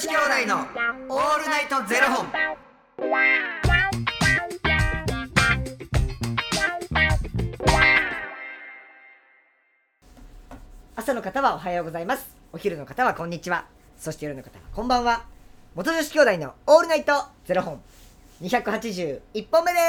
子兄弟のオールナイトゼロ本。 朝の方はおはようございます。お昼の方はこんにちは。そして夜の方はこんばんは。元女子兄弟のオールナイトゼロ本281本目です。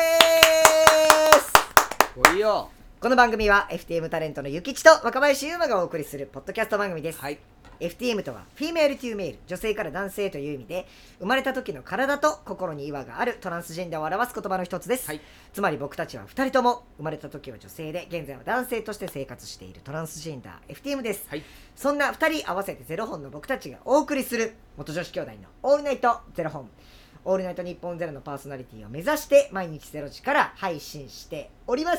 おいよ。 この番組は FTM タレントのゆきちと若林優馬がお送りするポッドキャスト番組です。 はい。 FTM とはフィメールトゥーメール、女性から男性という意味で、生まれた時の体と心に違和があるトランスジェンダーを表す言葉の一つです、 はい。 つまり僕たちは2人とも生まれた時は女性で現在は男性として生活しているトランスジェンダー FTM です、 はい。 そんな2人合わせてゼロ本の僕たちがお送りする元女子兄弟のオールナイトゼロ本、オールナイト日本ゼロのパーソナリティを目指して毎日0時から配信しております。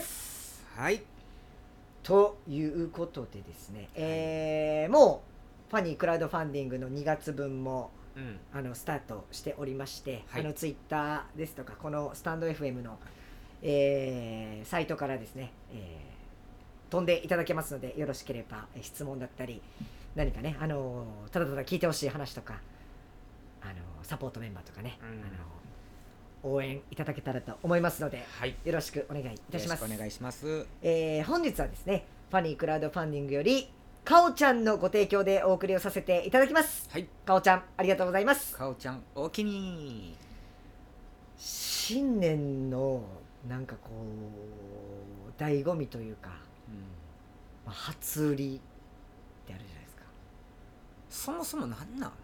はい。 ということでですね、もうファニークラウドファンディングの2月分もスタートしておりまして、 はい、 ツイッターですとかこのスタンド FM の、サイトからですね、飛んでいただけますので、よろしければ質問だったり何かね、ただただ聞いてほしい話とか、サポートメンバーとかね、応援いただけたらと思いますので、 はい、 よろしくお願いいたします。 よろしくお願いします。 本日はですね、ファニークラウドファンディングよりかおちゃんのご提供でお送りをさせていただきます。 はい。 かおちゃん、ありがとうございます。 かおちゃんおおきに。 新年のなんかこう醍醐味というか、初売りってあるじゃないですか。 そもそもなんなん？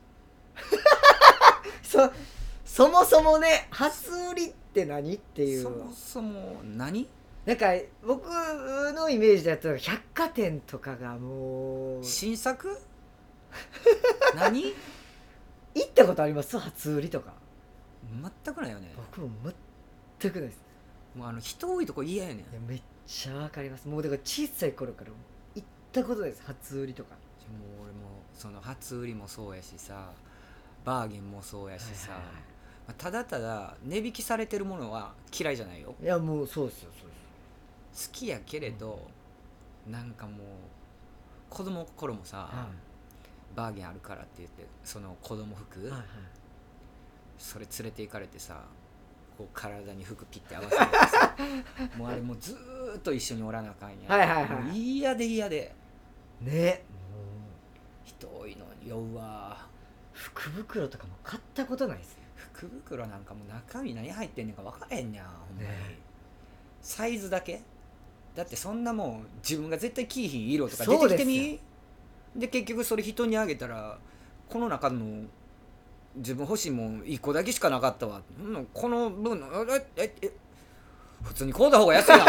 そもそもね、初売りって何っていう。 そもそも何？ なんか僕のイメージだと百貨店とかがもう新作？何？ 行ったことあります？初売りとか。 全くないよね。 僕も全くないです。 もう人多いとこ嫌やねん。 いやめっちゃわかります。もうだから小さい頃から行ったことないです、初売りとか。 もう俺もその初売りもそうやしさ、バーゲンもそうやしさ、ただただ値引きされてるものは嫌いじゃないよ。 いやもうそうですよ、そうです。 好きやけれど、なんかもう子供の頃もさ、バーゲンあるからって言ってその子供服、それ連れて行かれてさ、こう体に服ピッて合わせてさもうあれもうずーっと一緒におらなあかんや、もう嫌で嫌でね、 人多いのに酔うわ。 福袋とかも買ったことないですね。 福袋なんかもう中身何入ってんねんか分からへんねん、ほんまに、 ね、 サイズだけだって、そんなもん自分が絶対着いひん色とか出てきてみ。で結局それ人にあげたら、この中の自分欲しいもん1個だけしかなかったわ、この分普通に買うた方が安いやん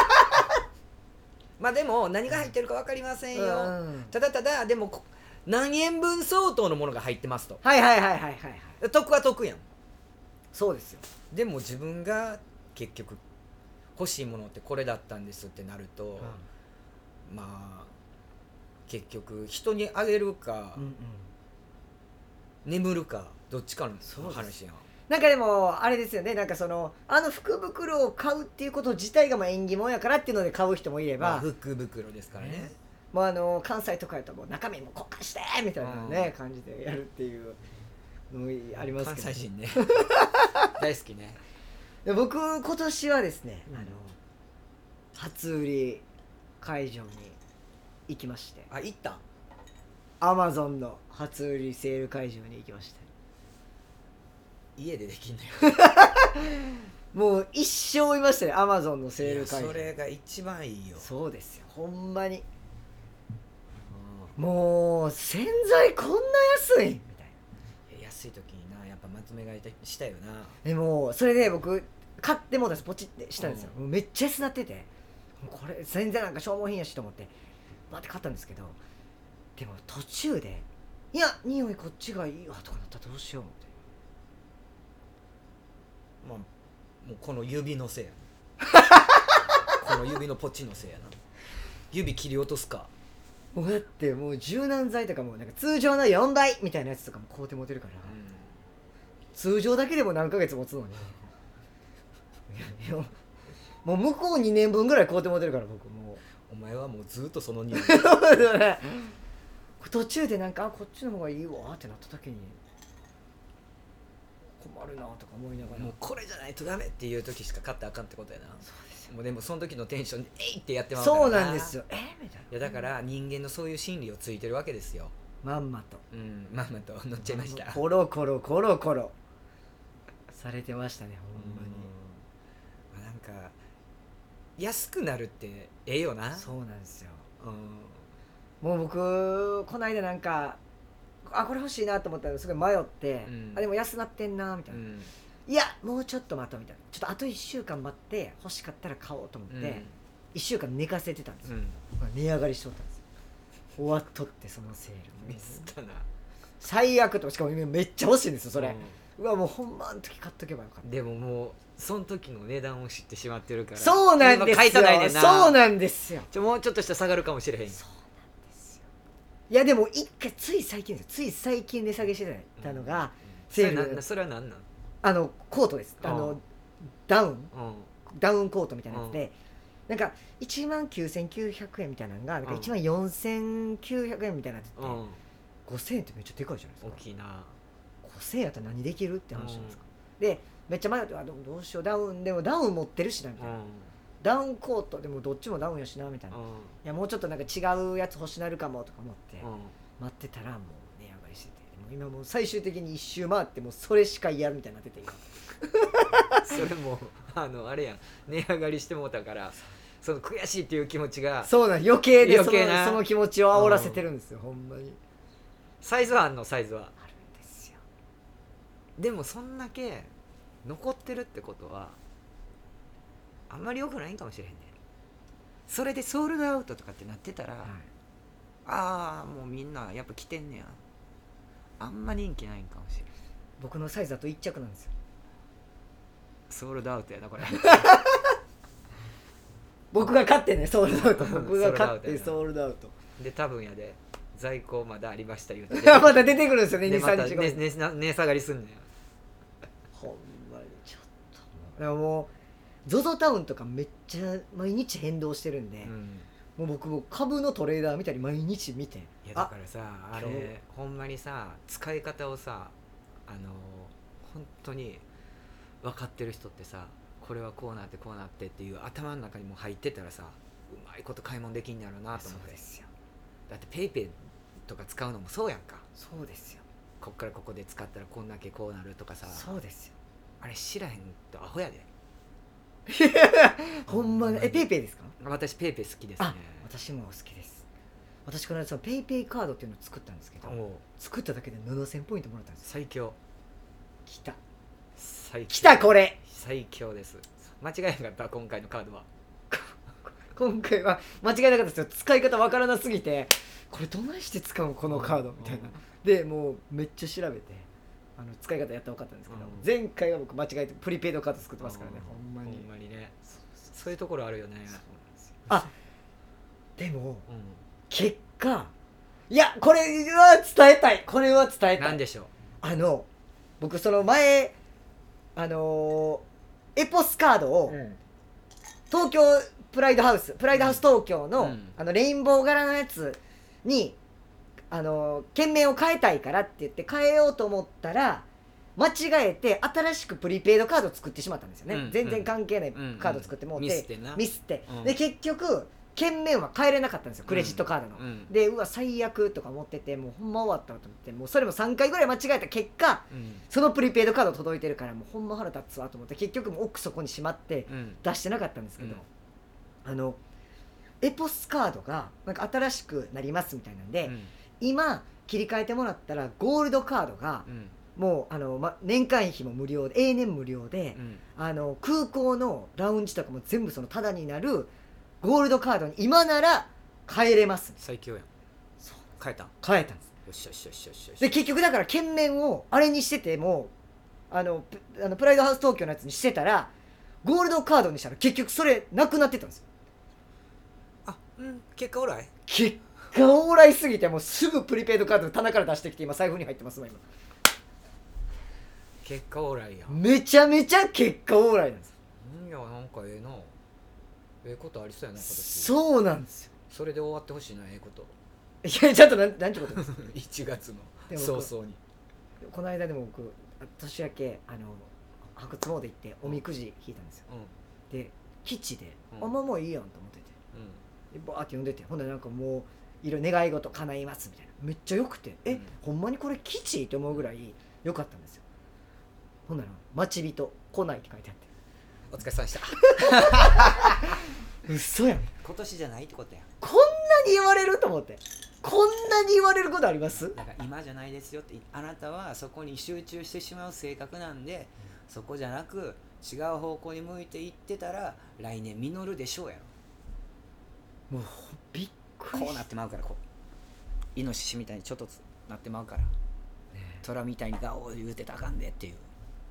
まあでも何が入ってるか分かりませんよ、ただただでも何円分相当のものが入ってますと。得は得やん。 そうですよ。 でも自分が結局欲しいものってこれだったんですってなると、まあ結局人にあげるか、眠るかどっちかの話やん。 なんかでもあれですよね、なんかその福袋を買うっていうこと自体が縁起物やからっていうので買う人もいれば、 福袋ですからね、 もう関西とかやともう中身も交換してみたいなね、感じでやるっていうのありますけど、 関西人ね大好きね。 で僕今年はですね、初売り会場に行きまして。 行ったん？ アマゾンの初売りセール会場に行きました。 家でできんのよもう一生いましたね、アマゾンのセール会場。 それが一番いいよ。 そうですよ、ほんまに。もう洗剤こんな安いみたいな。安い時にな、やっぱまとめ買いしたよな。 でもそれで僕買ってもうたんです、ポチってしたんですよ、めっちゃ安なってて、これ全然なんか消耗品やしと思ってバーって買ったんですけど、でも途中でいや匂いこっちがいいわとかなったらどうしようって。 まあもうこの指のせいやなこの指のポチのせいやな。指切り落とすか。 もうだってもう柔軟剤とかもなんか通常の4倍みたいなやつとかも買うて持てるから、通常だけでも何ヶ月持つのにいやもう向こう2年分ぐらい買うて持てるから僕もう。 お前はもうずっとその匂い途中でなんかこっちの方がいいわってなった時に困るなとか思いながら、 もうこれじゃないとダメっていう時しか買ったらあかんってことやな。 そうですよ。 もうでもその時のテンションでえいってやってまうからな。 そうなんですよ。みたいな。 いやだから人間のそういう心理をついてるわけですよ。 まんまとまんまと乗っちゃいました。 コロコロコロコロされてましたね、ほんまに。 なんか安くなるってええよな。 そうなんですよ。 うん、 もう僕この間なんかこれ欲しいなと思ったらすごい迷って、でも安なってんなみたいな、いやもうちょっと待とうみたいな、ちょっとあと1週間待って欲しかったら買おうと思って、1週間寝かせてたんですよ、値上がりしとったんですよ。終わっとってそのセールミスったな。 最悪と。しかもめっちゃ欲しいんですよそれ、うわもうほんまあの時買っとけばよかった。 でももうその時の値段を知ってしまってるから。 そうなんですよ。 買いたないねんな。 そうなんですよ。 もうちょっとしたら下がるかもしれへん。 そうなんですよ。いやでも一回つい最近ですよ。つい最近値下げしてたのが、 セール。それは何なん？ コートです。ダウンコートみたいなやつで、なんか19,900円みたいなのがなんか14,900円みたいなやつって、5,000円ってめっちゃでかいじゃないですか。 大きいな。 5,000円やったら何できるって話じゃないですか。でめっちゃ迷って、でもどうしよう、でもダウン持ってるしなみたいな、ダウンコートでもどっちもダウンやしなみたいな、いやもうちょっとなんか違うやつ欲しなるかもとか思って、待ってたらもう値上がりしてて、もう今もう最終的に一周回ってもうそれしか嫌みたいになってて今それもあれやん、値上がりしてもうたからその悔しいっていう気持ちが。 そうなん余計で余計なその気持ちを煽らせてるんですよ、ほんまに。 サイズはあんの？サイズはあるんですよ。 でもそんだけ残ってるってことはあんまり良くないんかもしれへんね。それでソールドアウトとかってなってたら、ああもうみんなやっぱ来てんねや、あんま人気ないんかもしれん。 僕のサイズだと1着なんですよ。 ソールドアウトやなこれ僕が勝ってね、ソールドアウト僕が勝ってソールドアウトで多分やで在庫まだありました言うてまた出てくるんですよね、2,3日後に値下がりすんねん。 ほんまにちょっとでももう ZOZO タウンとかめっちゃ毎日変動してるんで、もう僕も株のトレーダーみたいに毎日見て、 いやだからさ、あれほんまにさ使い方をさ本当に分かってる人ってさ、これはこうなってこうなってっていう頭の中にも入ってたらさ、うまいこと買い物できんやろうなと思って。 そうですよ。 だってペイペイとか使うのもそうやんか。 そうですよ。 こっからここで使ったらこんだけこうなるとかさ。 そうですよ。 あれ知らへんとアホやでほんまに。ペイペイですか？ 私ペイペイ好きですね。 私も好きです。私この間そのペイペイカードっていうのを作ったんですけど、作っただけで7,000ポイントもらったんですよ。 最強。 来たこれ最強です。間違えなかった今回のカードは今回は間違いなかったですよ。使い方わからなすぎて、これどないして使うのこのカードみたいな、でもうめっちゃ調べて使い方やったら分かったんですけど、前回は僕間違えてプリペイドカード作ってますからね、ほんまにね。そういうところあるよね。 でも、結果いやこれは伝えたい、これは伝えたい。 なんでしょう。僕その前エポスカードを、東京プライドハウス東京の、レインボー柄のやつに件名を変えたいからって言って変えようと思ったら、間違えて新しくプリペイドカードを作ってしまったんですよね、全然関係ないカード作ってもうて、ミスって、で結局件名は変えれなかったんですよ、クレジットカードの、でうわ最悪とか思ってて、もうほんま終わったと思って、もうそれも3回ぐらい間違えた結果、そのプリペイドカード届いてるから、もうほんま腹立つわと思って、結局もう奥底にしまって出してなかったんですけど、エポスカードがなんか新しくなりますみたいなんで、今切り替えてもらったらゴールドカードが、もう年間費も無料で永年無料で、空港のラウンジとかも全部そのタダになるゴールドカードに今なら変えれます。 最強やん。 そう変えたんです。 よしよしよしよしよし。 で結局だから券面をあれにしててもプライドハウス東京のやつにしてたら、ゴールドカードにしたら結局それなくなってたんですよ。 結果オーライ。 結果オーライすぎて、もうすぐプリペイドカード棚から出してきて今財布に入ってますもん今。 結果オーライやん。 めちゃめちゃ結果オーライなんです。 いやなんかええな、ええことありそうやな今年。 そうなんですよ。 それで終わってほしいな、ええこと。 いやちょっとなんてことですか 1月のでも早々にこの間でも僕年明け白蘆詣行っておみくじ引いたんですよ、で吉で、あもういいやんと思ってて、でバーって読んでて、ほんでなんかもういろいろ願い事叶いますみたいな、めっちゃよくて、ほんまにこれ吉って思うぐらい良かったんですよ。ほんなら待ち人来ないって書いてあって、 お疲れ様でした嘘やん、 今年じゃないってことや。 こんなに言われると思って、こんなに言われることあります？ だから今じゃないですよって、あなたはそこに集中してしまう性格なんで、そこじゃなく違う方向に向いていってたら来年実るでしょうやろ。 もうびっくりこうなってまうから、こうイノシシみたいにちょっとずつなってまうから、虎みたいにガオー言うてたらあかんでっていう。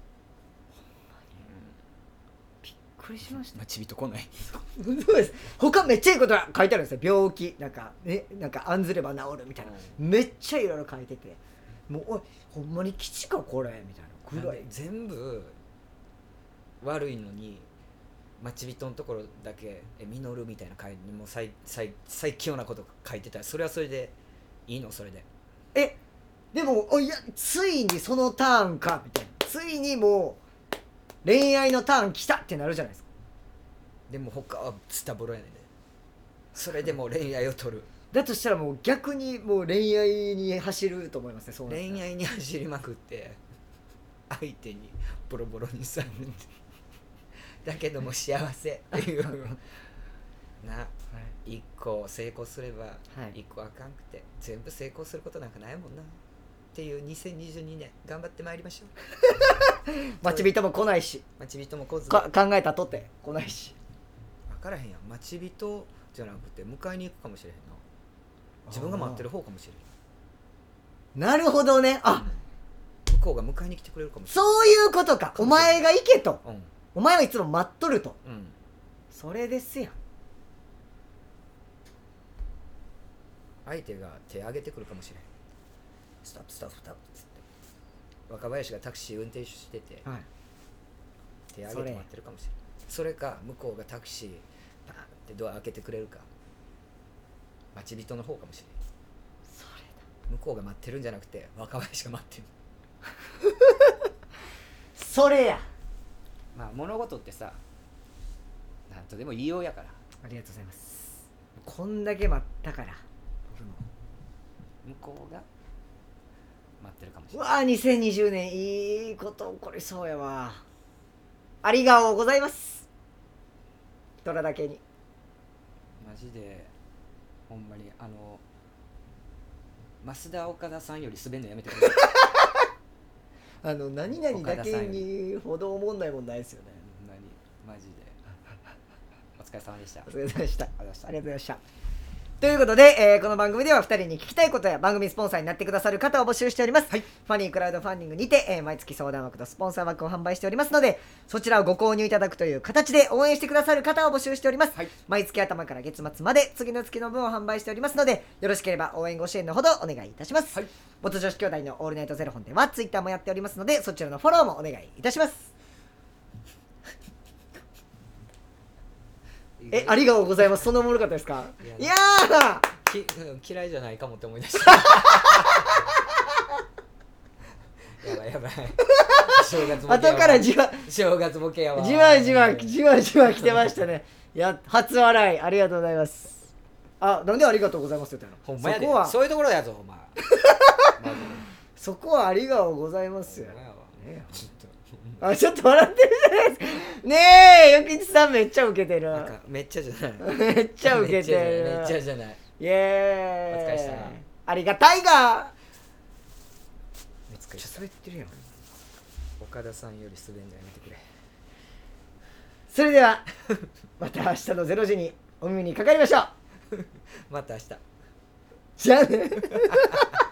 びっくりしました。 待ち人来ないそうです。他めっちゃいいことが書いてあるんですよ。病気なんか案ずれば治るみたいな、めっちゃいろいろ書いてて、もうおいほんまに吉かこれみたいなぐらい全部悪いのに待ち人のところだけ実るみたいな書いて、もう最強なこと書いてたら、それはそれでいいの？それででもいやついにそのターンかみたいな、ついにもう恋愛のターン来たってなるじゃないですか。 でも他はスタボロやねんで、それでも恋愛を取るだとしたらもう逆にもう恋愛に走ると思いますね。そう恋愛に走りまくって相手にボロボロにされるだけども幸せっていうな、一個成功すれば一個あかんくて、全部成功することなんかないもんなっていう2022年頑張ってまいりましょう待ち人も来ないし、 待ち人も来ず考えたとて来ないし、 分からへんやん。待ち人じゃなくて迎えに行くかもしれへんな。自分が待ってる方かもしれへん。 なるほどね。 向こうが迎えに来てくれるかもしれない。 そういうことか。お前が行けと、お前はいつも待っとると、それですやん。 相手が手挙げてくるかもしれん。スタッフスタッフスタッフっつって若林がタクシー運転手してて、手挙げて待ってるかもしれん。それか向こうがタクシーパーンってドア開けてくれるか、待ち人の方かもしれん。 それ向こうが待ってるんじゃなくて若林が待ってるそれや。 まあ物事ってさ、なんとでも言いようやから。 ありがとうございます。こんだけ待ったから僕も向こうが待ってるかもしうれない。 わ2020年いいこと起こりそうやわ。ありがとうございます。どれだけにマジでほんまに増田岡田さんより滑るのやめてくれ何々だけにほど思んないもんないですよね。 マジでお疲れ様でした。 お疲れ様でした。ありがとうあございました。ということで、この番組では2人に聞きたいことや番組スポンサーになってくださる方を募集しております、ファニークラウドファンディングにて、毎月相談枠とスポンサー枠を販売しておりますので、そちらをご購入いただくという形で応援してくださる方を募集しております、毎月頭から月末まで次の月の分を販売しておりますので、よろしければ応援ご支援のほどお願いいたします、元女子兄弟のオールナイトゼロ本ではツイッターもやっておりますので、そちらのフォローもお願いいたします。ありがとうございます。そんなおもろかったですか？いやー嫌いじゃないかもって思い出したやばいやばい正月ボケ後から正月ボケやわ。 じわじわ来てましたね。初笑いありがとうございます。なんでありがとうございますって言ったの？ ほんまやで、そういうところやぞお前そこはありがとうございますよ。 ちょっとちょっと笑ってるじゃないですか。ねえ、よきちさんめっちゃウケてる。 めっちゃじゃないめっちゃウケてる。 めっちゃじゃない。 イエーイ。 お疲れした。 ありがたいが。 めっちゃ滑ってるやん。 岡田さんより滑るのやめてくれ。 それではまた明日の0時にお耳にかかりましょう。 また明日。 じゃあね